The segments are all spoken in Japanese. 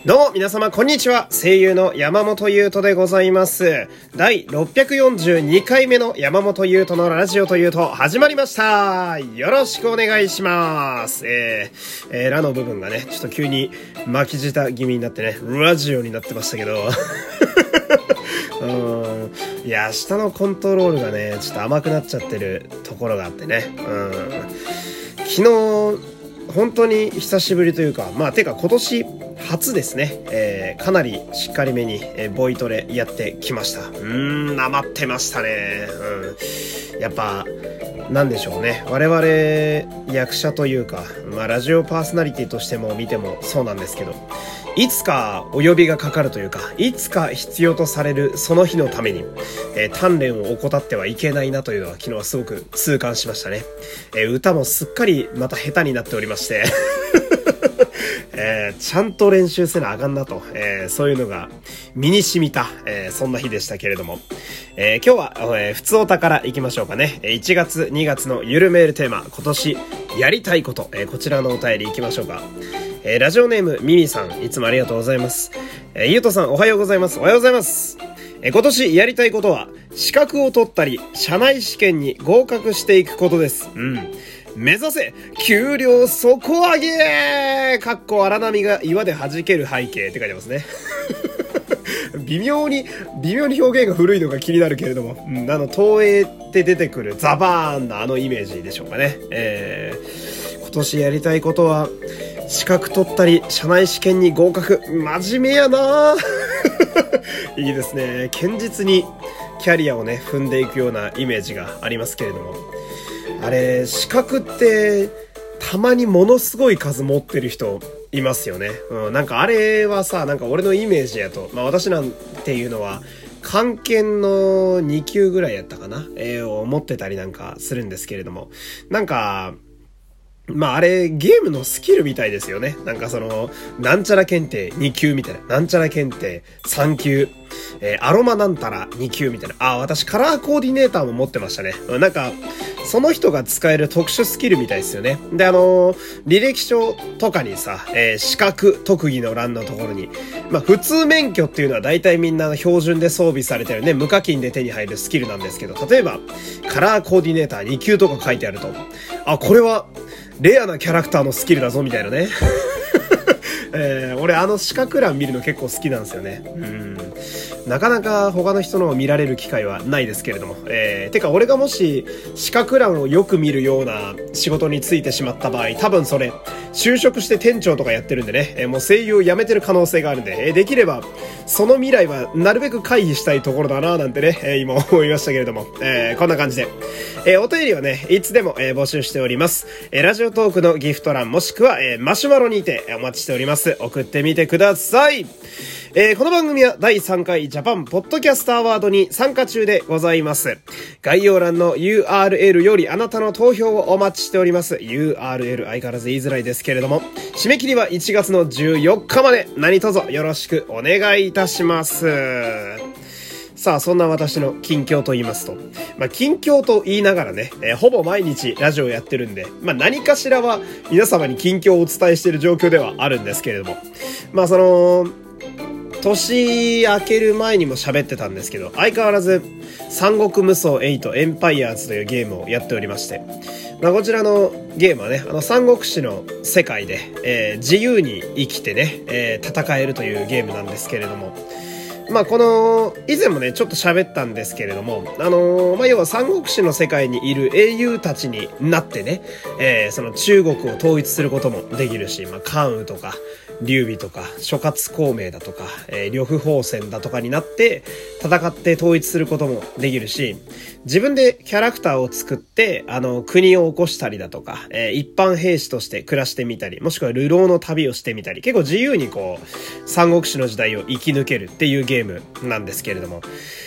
どうも皆様こんにちは。声優の山本優斗でございます。第642回目の山本優斗のラジオというと始まりました。よろしくお願いします。ラの部分がねちょっと急に巻き舌気味になってねラジオになってましたけどいや下のコントロールがねちょっと甘くなっちゃってるところがあってね、昨日本当に久しぶりというかてか今年初ですね、かなりしっかりめに、ボイトレやってきました。なまってましたね。やっぱなんでしょうね、我々役者というか、ラジオパーソナリティとしても見てもそうなんですけど、いつかお呼びがかかるというか、いつか必要とされるその日のために、鍛錬を怠ってはいけないなというのは昨日はすごく痛感しましたね。歌もすっかりまた下手になっておりましてちゃんと練習せなあかんなと、そういうのが身に染みた、そんな日でしたけれども、今日は、ふつおたからいきましょうかね。1月2月のゆるメールテーマ、今年やりたいこと、こちらのお便りいきましょうか。ラジオネームミミさん、いつもありがとうございます。ゆうとさんおはようございます。おはようございます。今年やりたいことは資格を取ったり社内試験に合格していくことです。目指せ給料底上げかっこ荒波が岩で弾ける背景って書いてますね微妙に表現が古いのが気になるけれども、東映って出てくるザバーンのイメージでしょうかね。今年やりたいことは資格取ったり社内試験に合格。真面目やないいですね。堅実にキャリアをね踏んでいくようなイメージがありますけれども、あれ資格ってたまにものすごい数持ってる人いますよね。なんかあれはさ、なんか俺のイメージやと、私なんていうのは漢検の2級ぐらいやったかな、を持ってたりなんかするんですけれども、なんかあれゲームのスキルみたいですよね。なんかそのなんちゃら検定2級みたいな、なんちゃら検定3級、アロマなんたら2級みたいな。私カラーコーディネーターも持ってましたね。なんかその人が使える特殊スキルみたいですよね。で履歴書とかにさ、資格特技の欄のところに普通免許っていうのは大体みんな標準で装備されてるね、無課金で手に入るスキルなんですけど、例えばカラーコーディネーター2級とか書いてあると、これはレアなキャラクターのスキルだぞみたいなね俺資格欄見るの結構好きなんですよね。なかなか他の人のを見られる機会はないですけれども、てか俺がもし資格欄をよく見るような仕事に就いてしまった場合、多分それ就職して店長とかやってるんでね、もう声優を辞めてる可能性があるんで、できればその未来はなるべく回避したいところだななんてね、今思いましたけれども、こんな感じで、お便りはねいつでも、募集しております。ラジオトークのギフト欄もしくは、マシュマロにてお待ちしております。送ってみてください。この番組は第3回ジャパンポッドキャストアワードに参加中でございます。概要欄の URL よりあなたの投票をお待ちしております。 URL 相変わらず言いづらいですけれども、締め切りは1月の14日まで何卒よろしくお願いいたします。さあそんな私の近況と言いますと、近況と言いながらね、ほぼ毎日ラジオやってるんで、何かしらは皆様に近況をお伝えしている状況ではあるんですけれども、その年明ける前にも喋ってたんですけど、相変わらず三国無双8エンパイアーズというゲームをやっておりまして、こちらのゲームはね、三国志の世界で、自由に生きてね、戦えるというゲームなんですけれども、この以前もねちょっと喋ったんですけれども、要は三国志の世界にいる英雄たちになってね、その中国を統一することもできるし、関羽とか劉備とか諸葛孔明だとか、呂布宝泉だとかになって戦って統一することもできるし、自分でキャラクターを作って国を起こしたりだとか、一般兵士として暮らしてみたり、もしくは流浪の旅をしてみたり、結構自由にこう三国志の時代を生き抜けるっていうゲームなんですけれども、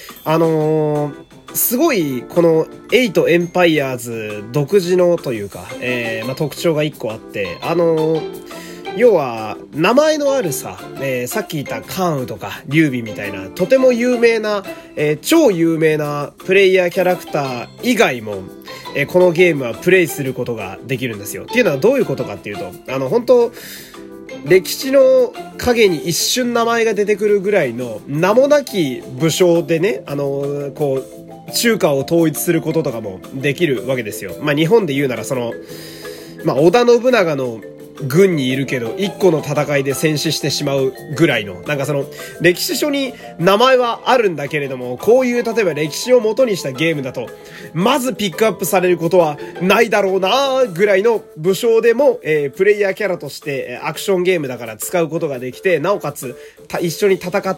すごいこの8エンパイアーズ独自のというか、特徴が一個あって、要は名前のあるさ、さっき言った関羽とか劉備みたいなとても有名な、超有名なプレイヤーキャラクター以外も、このゲームはプレイすることができるんですよ。っていうのはどういうことかっていうと、本当歴史の影に一瞬名前が出てくるぐらいの名もなき武将でね、こう、中華を統一することとかもできるわけですよ。まあ日本で言うなら織田信長の軍にいるけど、一個の戦いで戦死してしまうぐらいの、歴史書に名前はあるんだけれども、こういう例えば歴史を元にしたゲームだと、まずピックアップされることはないだろうなぐらいの武将でも、プレイヤーキャラとしてアクションゲームだから使うことができて、なおかつ、一緒に戦って、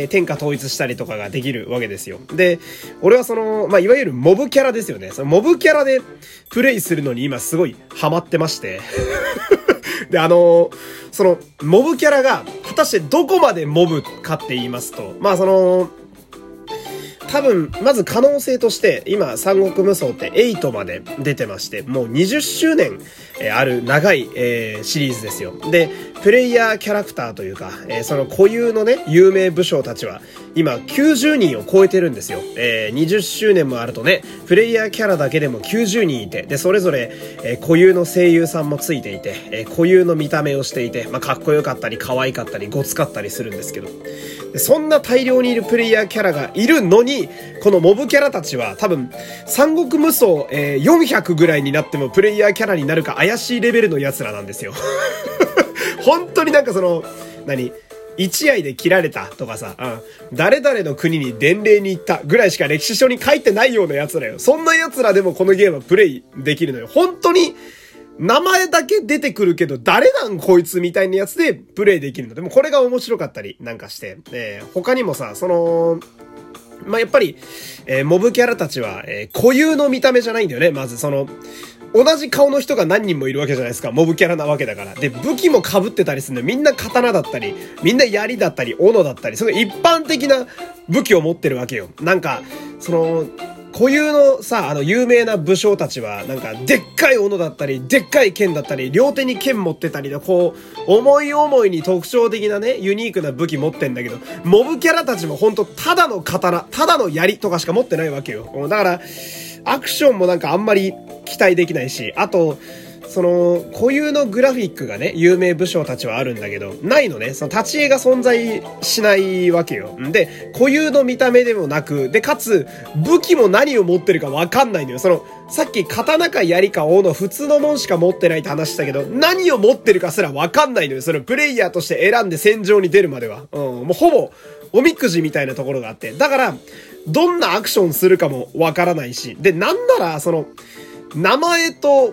天下統一したりとかができるわけですよ。で、俺はいわゆるモブキャラですよね。そのモブキャラでプレイするのに今すごいハマってまして。で、モブキャラが、果たしてどこまでモブかって言いますと、多分、まず可能性として、今、三国無双って8まで出てまして、もう20周年、ある長い、シリーズですよ。で、プレイヤーキャラクターというか、その固有のね、有名武将たちは、今90人を超えてるんですよ。20周年もあるとね、プレイヤーキャラだけでも90人いて、で、それぞれ、固有の声優さんもついていて、固有の見た目をしていて、かっこよかったり、可愛かったり、ごつかったりするんですけど、そんな大量にいるプレイヤーキャラがいるのに、このモブキャラたちは多分、三国無双、400ぐらいになってもプレイヤーキャラになるか怪しいレベルの奴らなんですよ。本当に一夜で切られたとかさ、誰々の国に伝令に行ったぐらいしか歴史書に書いてないような奴らよ。そんな奴らでもこのゲームはプレイできるのよ。本当に、名前だけ出てくるけど、誰なんこいつみたいなやつでプレイできるの。でもこれが面白かったりなんかして、他にもさ、やっぱり、モブキャラたちは、固有の見た目じゃないんだよね。まず同じ顔の人が何人もいるわけじゃないですか。モブキャラなわけだから。で、武器も被ってたりするんだよ。みんな刀だったり、みんな槍だったり、斧だったり、その一般的な武器を持ってるわけよ。固有のさ、有名な武将たちは、でっかい斧だったり、でっかい剣だったり、両手に剣持ってたりで、思い思いに特徴的なね、ユニークな武器持ってんだけど、モブキャラたちもほんと、ただの刀、ただの槍とかしか持ってないわけよ。だから、アクションもあんまり期待できないし、あと、固有のグラフィックがね、有名武将たちはあるんだけど、ないのね。立ち絵が存在しないわけよ。で、固有の見た目でもなく、で、かつ、武器も何を持ってるかわかんないのよ。さっき刀か槍か斧、普通のもんしか持ってないって話したけど、何を持ってるかすらわかんないのよ。プレイヤーとして選んで戦場に出るまでは。もうほぼ、おみくじみたいなところがあって。だから、どんなアクションするかもわからないし。で、なんなら、名前と、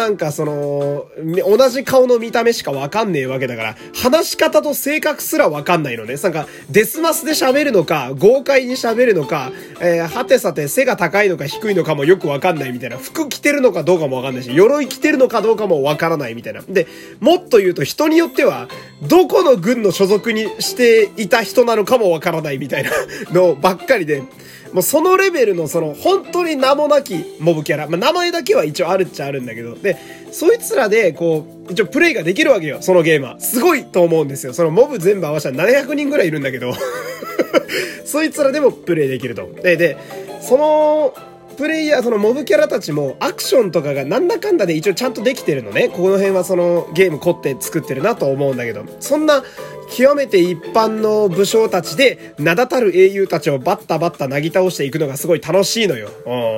同じ顔の見た目しかわかんねえわけだから、話し方と性格すらわかんないのね。デスマスで喋るのか、豪快に喋るのか、はてさて背が高いのか低いのかもよくわかんないみたいな。服着てるのかどうかもわかんないし、鎧着てるのかどうかもわからないみたいな。で、もっと言うと人によっては、どこの軍の所属にしていた人なのかもわからないみたいなのばっかりで、もうそのレベルの本当に名もなきモブキャラ。名前だけは一応あるっちゃあるんだけど。で、そいつらで一応プレイができるわけよ。そのゲームは。すごいと思うんですよ。モブ全部合わせたら700人ぐらいいるんだけど。そいつらでもプレイできると。で、プレイヤー、モブキャラたちもアクションとかがなんだかんだで一応ちゃんとできてるのね。この辺はゲーム凝って作ってるなと思うんだけど。そんな極めて一般の武将たちで名だたる英雄たちをバッタバッタなぎ倒していくのがすごい楽しいのよ。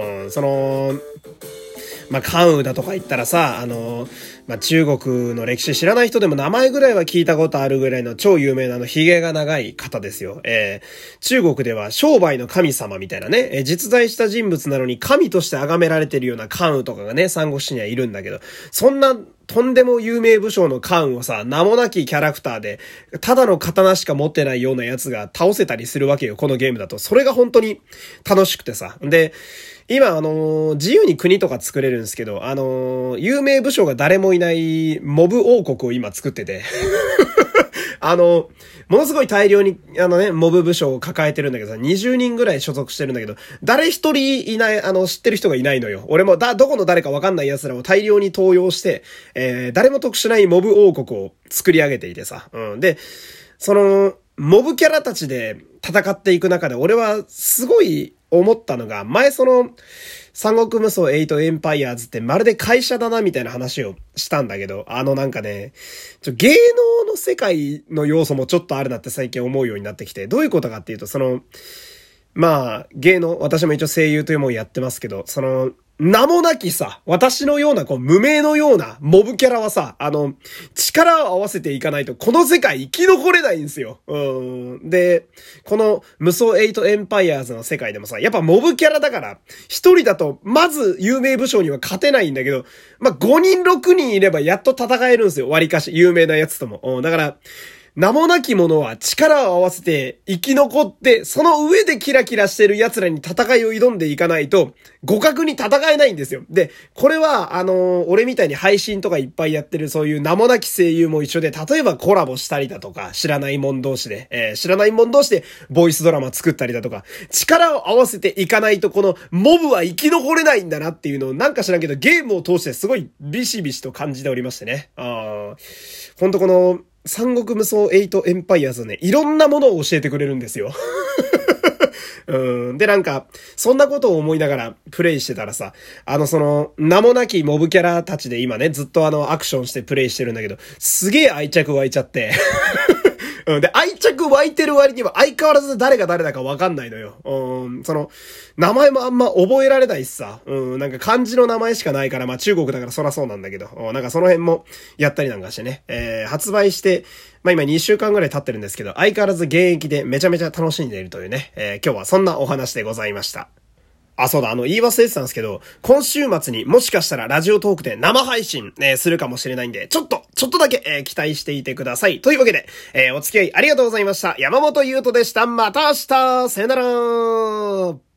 関羽だとか言ったらさ、中国の歴史知らない人でも名前ぐらいは聞いたことあるぐらいの超有名な髭が長い方ですよ。中国では商売の神様みたいなね、実在した人物なのに神として崇められてるような関羽とかがね、三国志にはいるんだけど、そんなとんでも有名武将の関羽をさ、名もなきキャラクターで、ただの刀しか持ってないようなやつが倒せたりするわけよ、このゲームだと。それが本当に楽しくてさ。で、今自由に国とか作れるんですけど、有名武将が誰もいないモブ王国を今作ってて。ものすごい大量に、モブ武将を抱えてるんだけどさ、20人ぐらい所属してるんだけど、誰一人いない、知ってる人がいないのよ。俺もどこの誰かわかんない奴らを大量に登用して、誰も得しないモブ王国を作り上げていてさ。で、モブキャラたちで戦っていく中で、俺はすごい思ったのが、前三国無双8エンパイアーズってまるで会社だなみたいな話をしたんだけど、なんかね、芸能の世界の要素もちょっとあるなって最近思うようになってきて、どういうことかっていうと、芸能、私も一応声優というものをやってますけど、名もなきさ、私のような無名のようなモブキャラはさ、力を合わせていかないとこの世界生き残れないんですよ。で、この無双8エンパイアーズの世界でもさ、やっぱモブキャラだから、一人だとまず有名武将には勝てないんだけど、5人6人いればやっと戦えるんですよ。割かし、有名なやつとも。だから、名もなき者は力を合わせて生き残って、その上でキラキラしてる奴らに戦いを挑んでいかないと、互角に戦えないんですよ。で、これは、俺みたいに配信とかいっぱいやってるそういう名もなき声優も一緒で、例えばコラボしたりだとか、知らない者同士でボイスドラマ作ったりだとか、力を合わせていかないとこのモブは生き残れないんだなっていうのをなんか知らんけど、ゲームを通してすごいビシビシと感じておりましてね。ほんとこの、三国無双8エンパイアーズね、いろんなものを教えてくれるんですよ。で、なんか、そんなことを思いながらプレイしてたらさ、名もなきモブキャラたちで今ね、ずっとアクションしてプレイしてるんだけど、すげえ愛着湧いちゃって。で、愛着湧いてる割には相変わらず誰が誰だかわかんないのよ。名前もあんま覚えられないしさ。なんか漢字の名前しかないから、中国だからそらそうなんだけど、なんかその辺もやったりなんかしてね。発売して、今2週間ぐらい経ってるんですけど、相変わらず現役でめちゃめちゃ楽しんでいるというね。今日はそんなお話でございました。そうだ、言い忘れてたんですけど、今週末にもしかしたらラジオトークで生配信、するかもしれないんで、ちょっとだけ、期待していてください。というわけで、お付き合いありがとうございました。山本優斗でした。また明日さよなら